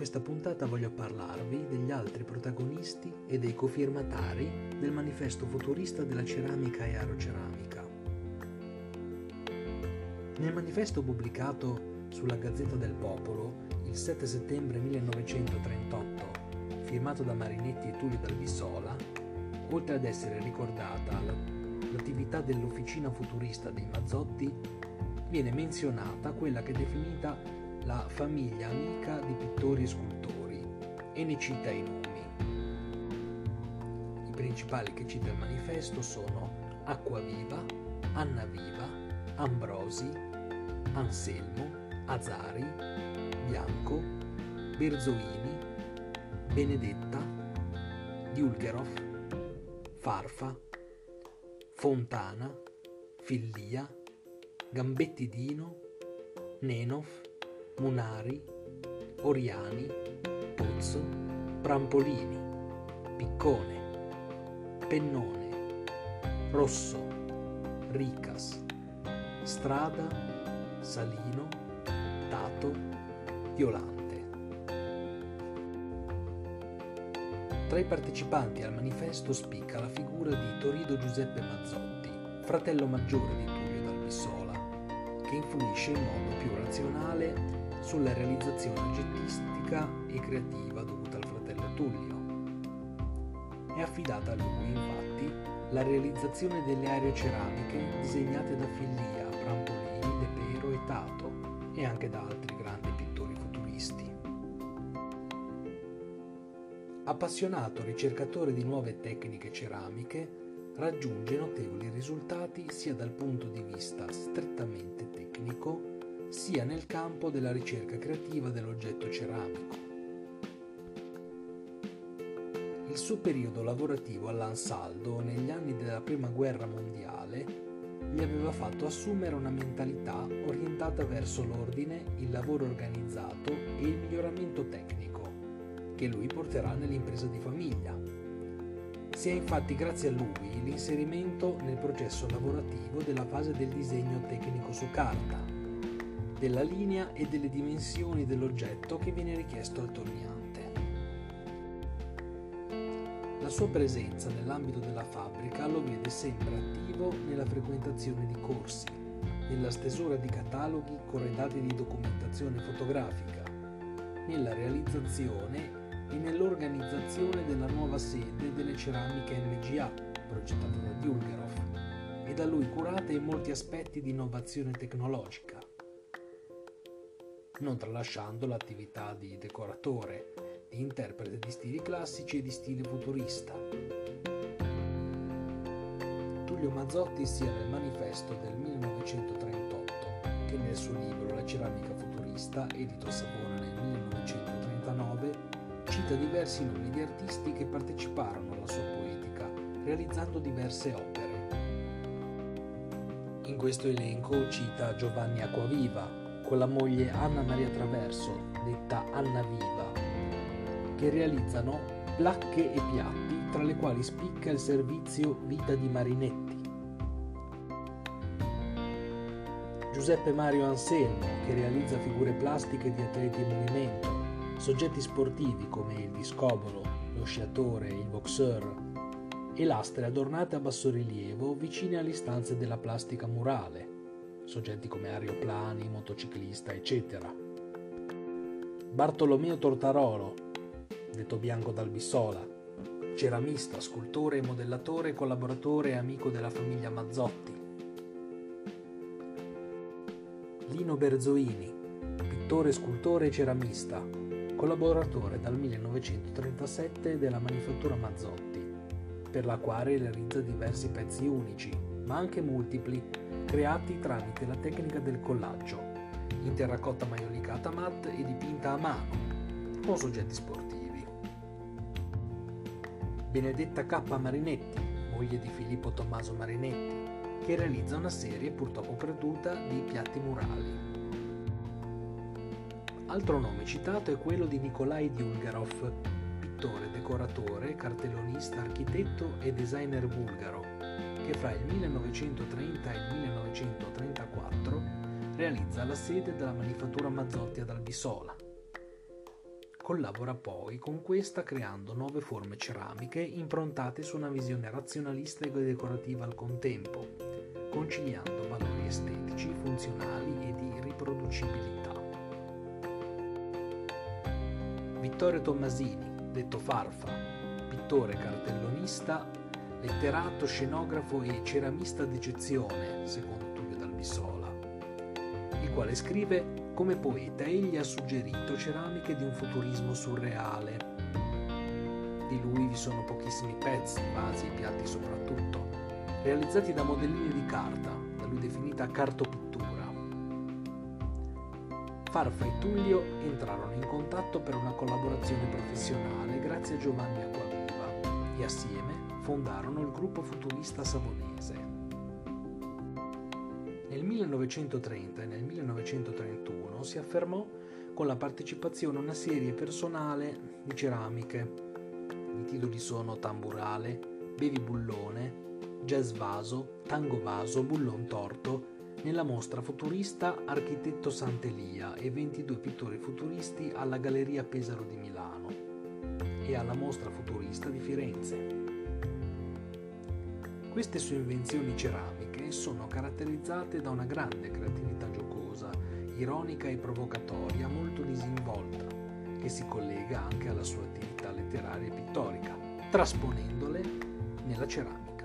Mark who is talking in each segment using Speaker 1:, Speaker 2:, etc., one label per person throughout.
Speaker 1: questa puntata voglio parlarvi degli altri protagonisti e dei cofirmatari del manifesto futurista della ceramica e aeroceramica. Nel manifesto pubblicato sulla Gazzetta del Popolo il 7 settembre 1938, firmato da Marinetti e Tullio Dal Bissola, oltre ad essere ricordata l'attività dell'Officina Futurista dei Mazzotti, viene menzionata quella che è definita la famiglia amica di pittori e scultori, e ne cita i nomi. I principali che cita il manifesto sono Acquaviva, Annaviva, Ambrosi, Anselmo, Azari, Bianco, Berzoini, Benedetta, Dulgerov, Farfa, Fontana, Fillia, Gambetti Dino, Nenov, Munari, Oriani, Pozzo, Prampolini, Piccone, Pennone, Rosso, Ricas, Strada, Salino, Tato, Violante. Tra i partecipanti al manifesto spicca la figura di Torrido Giuseppe Mazzotti, fratello maggiore di Tullio Dal Bissola, che influisce in modo più razionale sulla realizzazione oggettistica e creativa dovuta al fratello Tullio. È affidata a lui, infatti, la realizzazione delle aeroceramiche disegnate da Fillia, Prampolini, De Pero e Tato, e anche da altri grandi pittori futuristi. Appassionato ricercatore di nuove tecniche ceramiche, raggiunge notevoli risultati sia dal punto di vista strettamente tecnico, sia nel campo della ricerca creativa dell'oggetto ceramico. Il suo periodo lavorativo all'Ansaldo negli anni della Prima Guerra Mondiale gli aveva fatto assumere una mentalità orientata verso l'ordine, il lavoro organizzato e il miglioramento tecnico, che lui porterà nell'impresa di famiglia. Si è infatti grazie a lui l'inserimento nel processo lavorativo della fase del disegno tecnico su carta, della linea e delle dimensioni dell'oggetto che viene richiesto al torniante. La sua presenza nell'ambito della fabbrica lo vede sempre attivo nella frequentazione di corsi, nella stesura di cataloghi corredati di documentazione fotografica, nella realizzazione e nell'organizzazione della nuova sede delle ceramiche MGA, progettata da Dulgerov, e da lui curata in molti aspetti di innovazione tecnologica, non tralasciando l'attività di decoratore, di interprete di stili classici e di stile futurista. Tullio Mazzotti sia nel manifesto del 1938 che nel suo libro La ceramica futurista, edito a Savona nel 1939, cita diversi nomi di artisti che parteciparono alla sua poetica, realizzando diverse opere. In questo elenco cita Giovanni Acquaviva, con la moglie Anna Maria Traverso, detta Annaviva, che realizzano placche e piatti, tra le quali spicca il servizio Vita di Marinetti. Giuseppe Mario Anselmo, che realizza figure plastiche di atleti in movimento, soggetti sportivi come il discobolo, lo sciatore, il boxer, e lastre adornate a bassorilievo vicine alle istanze della plastica murale, soggetti come aeroplani, motociclista, eccetera. Bartolomeo Tortarolo, detto Bianco Dal Bissola, ceramista, scultore e modellatore, collaboratore e amico della famiglia Mazzotti. Lino Berzoini, pittore, scultore e ceramista, collaboratore dal 1937 della Manifattura Mazzotti, per la quale realizza diversi pezzi unici, ma anche multipli, creati tramite la tecnica del collaggio, in terracotta maiolicata matte e dipinta a mano, con soggetti sportivi. Benedetta K. Marinetti, moglie di Filippo Tommaso Marinetti, che realizza una serie purtroppo perduta di piatti murali. Altro nome citato è quello di Nikolai Dulgerov, pittore, decoratore, cartellonista, architetto e designer bulgaro, che fra il 1930 e il 1934 realizza la sede della Manifattura Mazzotti ad Albissola. collabora poi con questa creando nuove forme ceramiche improntate su una visione razionalista e decorativa al contempo, conciliando valori estetici, funzionali e di riproducibilità. Vittorio Tommasini, detto Farfa, pittore cartellonista, letterato, scenografo e ceramista d'eccezione, secondo Tullio Dal Bissola, il quale scrive: come poeta egli ha suggerito ceramiche di un futurismo surreale. Di lui vi sono pochissimi pezzi, vasi e piatti soprattutto, realizzati da modellini di carta, da lui definita cartopittura. Farfa e Tullio entrarono in contatto per una collaborazione professionale grazie a Giovanni Acquaviva e assieme fondarono il gruppo futurista savonese. Nel 1930 e nel 1931 si affermò con la partecipazione a una serie personale di ceramiche. I titoli sono Tamburale, Bevi Bullone, Jazz Vaso, Tango Vaso, Bullon Torto, nella mostra futurista Architetto Sant'Elia e 22 pittori futuristi alla Galleria Pesaro di Milano e alla mostra futurista di Firenze. Queste sue invenzioni ceramiche sono caratterizzate da una grande creatività giocosa, ironica e provocatoria molto disinvolta, che si collega anche alla sua attività letteraria e pittorica, trasponendole nella ceramica.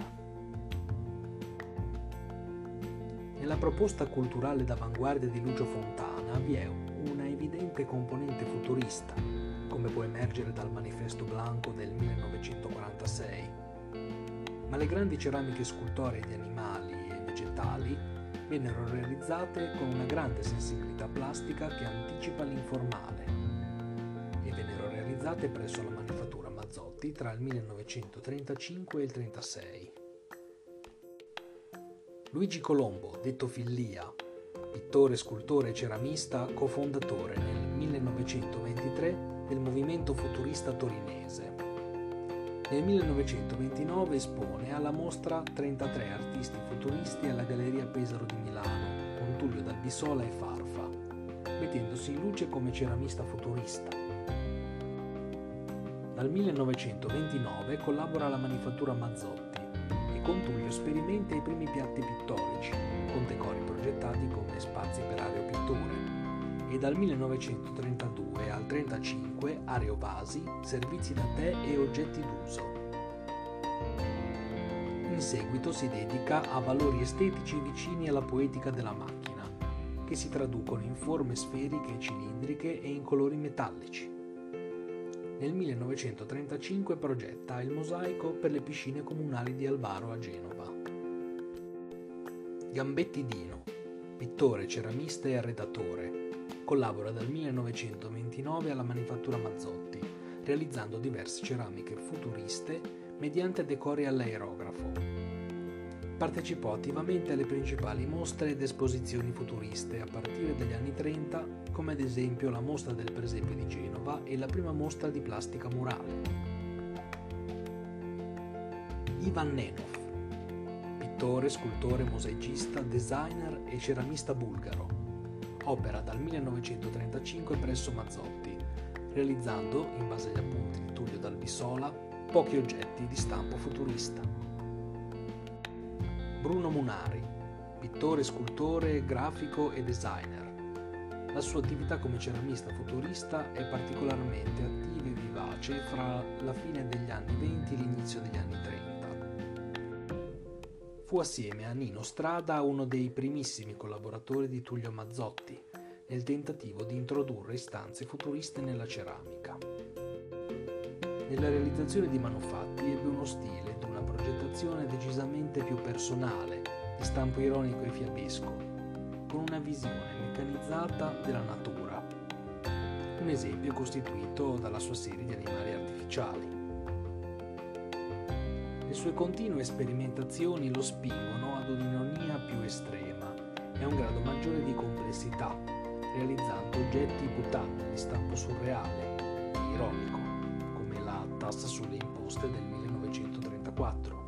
Speaker 1: Nella proposta culturale d'avanguardia di Lucio Fontana vi è una evidente componente futurista, come può emergere dal Manifesto Blanco del 1946. Ma le grandi ceramiche scultoree di animali e vegetali vennero realizzate con una grande sensibilità plastica che anticipa l'informale e vennero realizzate presso la manifattura Mazzotti tra il 1935 e il 1936. Luigi Colombo, detto Fillia, pittore, scultore e ceramista, cofondatore nel 1923 del movimento futurista torinese. Nel 1929 espone alla mostra 33 artisti futuristi alla Galleria Pesaro di Milano, con Tullio Dal Bissola e Farfa, mettendosi in luce come ceramista futurista. Dal 1929 collabora alla manifattura Mazzotti e con Tullio sperimenta i primi piatti pittorici, con decori progettati come spazi per areopitture, e dal 1932 al 1935 areovasi, servizi da tè e oggetti d'uso. In seguito si dedica a valori estetici vicini alla poetica della macchina, che si traducono in forme sferiche e cilindriche e in colori metallici. Nel 1935 progetta il mosaico per le piscine comunali di Alvaro a Genova. Gambetti Dino, pittore, ceramista e arredatore, collabora dal 1929 alla manifattura Mazzotti, realizzando diverse ceramiche futuriste mediante decori all'aerografo. Partecipò attivamente alle principali mostre ed esposizioni futuriste a partire dagli anni 30, come ad esempio la Mostra del Presepe di Genova e la prima mostra di plastica murale. Ivan Nenov, pittore, scultore, mosaicista, designer e ceramista bulgaro. Opera dal 1935 presso Mazzotti, realizzando, in base agli appunti di Tullio Dal Bissola, pochi oggetti di stampo futurista. Bruno Munari, pittore, scultore, grafico e designer. La sua attività come ceramista futurista è particolarmente attiva e vivace fra la fine degli anni 20 e l'inizio degli anni 30. Fu assieme a Nino Strada uno dei primissimi collaboratori di Tullio Mazzotti nel tentativo di introdurre istanze futuriste nella ceramica. Nella realizzazione di manufatti ebbe uno stile ed una progettazione decisamente più personale, di stampo ironico e fiabesco, con una visione meccanizzata della natura. Un esempio è costituito dalla sua serie di animali artificiali. Le sue continue sperimentazioni lo spingono ad un'ironia più estrema e a un grado maggiore di complessità, realizzando oggetti buttati di stampo surreale e ironico, come la tassa sulle imposte del 1934.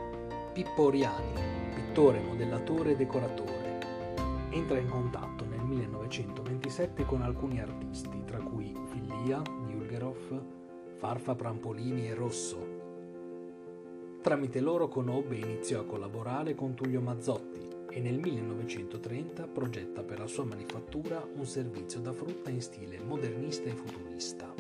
Speaker 1: Pippo Oriani, pittore, modellatore e decoratore, entra in contatto nel 1927 con alcuni artisti, tra cui Fillia di Ulgerov, Farfa, Prampolini e Rosso. Tramite loro conobbe e iniziò a collaborare con Tullio Mazzotti e nel 1930 progetta per la sua manifattura un servizio da frutta in stile modernista e futurista.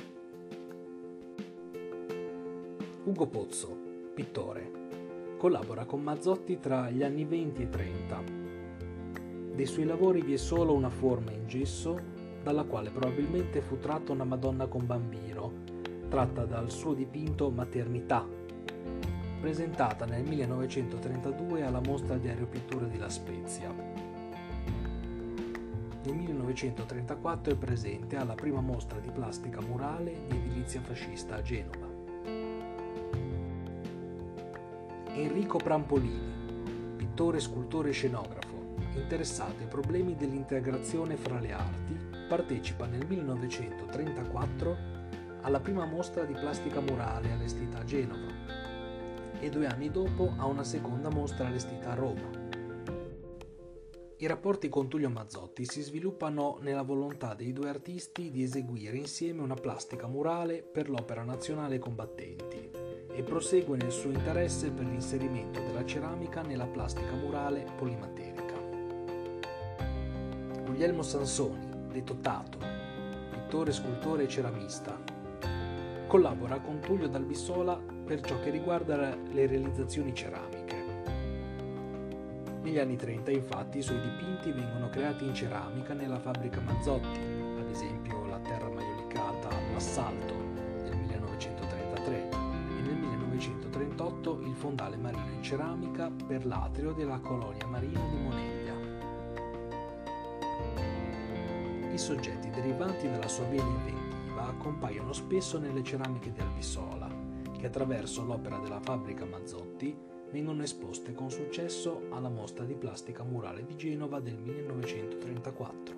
Speaker 1: Ugo Pozzo, pittore. Collabora con Mazzotti tra gli anni 20 e 30. Dei suoi lavori vi è solo una forma in gesso, dalla quale probabilmente fu tratta una Madonna con bambino, tratta dal suo dipinto Maternità, presentata nel 1932 alla Mostra di Aeropittura di La Spezia. Nel 1934 è presente alla prima mostra di plastica murale di edilizia fascista a Genova. Enrico Prampolini, pittore, scultore e scenografo, interessato ai problemi dell'integrazione fra le arti, partecipa nel 1934 alla prima mostra di plastica murale allestita a Genova e 2 anni dopo a una seconda mostra allestita a Roma. I rapporti con Tullio Mazzotti si sviluppano nella volontà dei 2 artisti di eseguire insieme una plastica murale per l'Opera Nazionale Combattenti e prosegue nel suo interesse per l'inserimento della ceramica nella plastica murale polimaterica. Guglielmo Sansoni, detto Tato, pittore, scultore e ceramista, collabora con Tullio Dal Bissola per ciò che riguarda le realizzazioni ceramiche. Negli anni 30, infatti, i suoi dipinti vengono creati in ceramica nella fabbrica Mazzotti, ad esempio la terra maiolicata L'Assalto del 1933 e nel 1938 il fondale marino in ceramica per l'atrio della colonia marina di Moneglia. I soggetti derivanti dalla sua vena inventiva compaiono spesso nelle ceramiche di Albissola, che attraverso l'opera della fabbrica Mazzotti vengono esposte con successo alla mostra di plastica murale di Genova del 1934.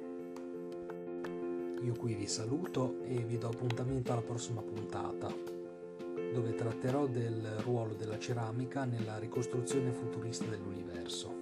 Speaker 1: Io qui vi saluto e vi do appuntamento alla prossima puntata, dove tratterò del ruolo della ceramica nella ricostruzione futurista dell'universo.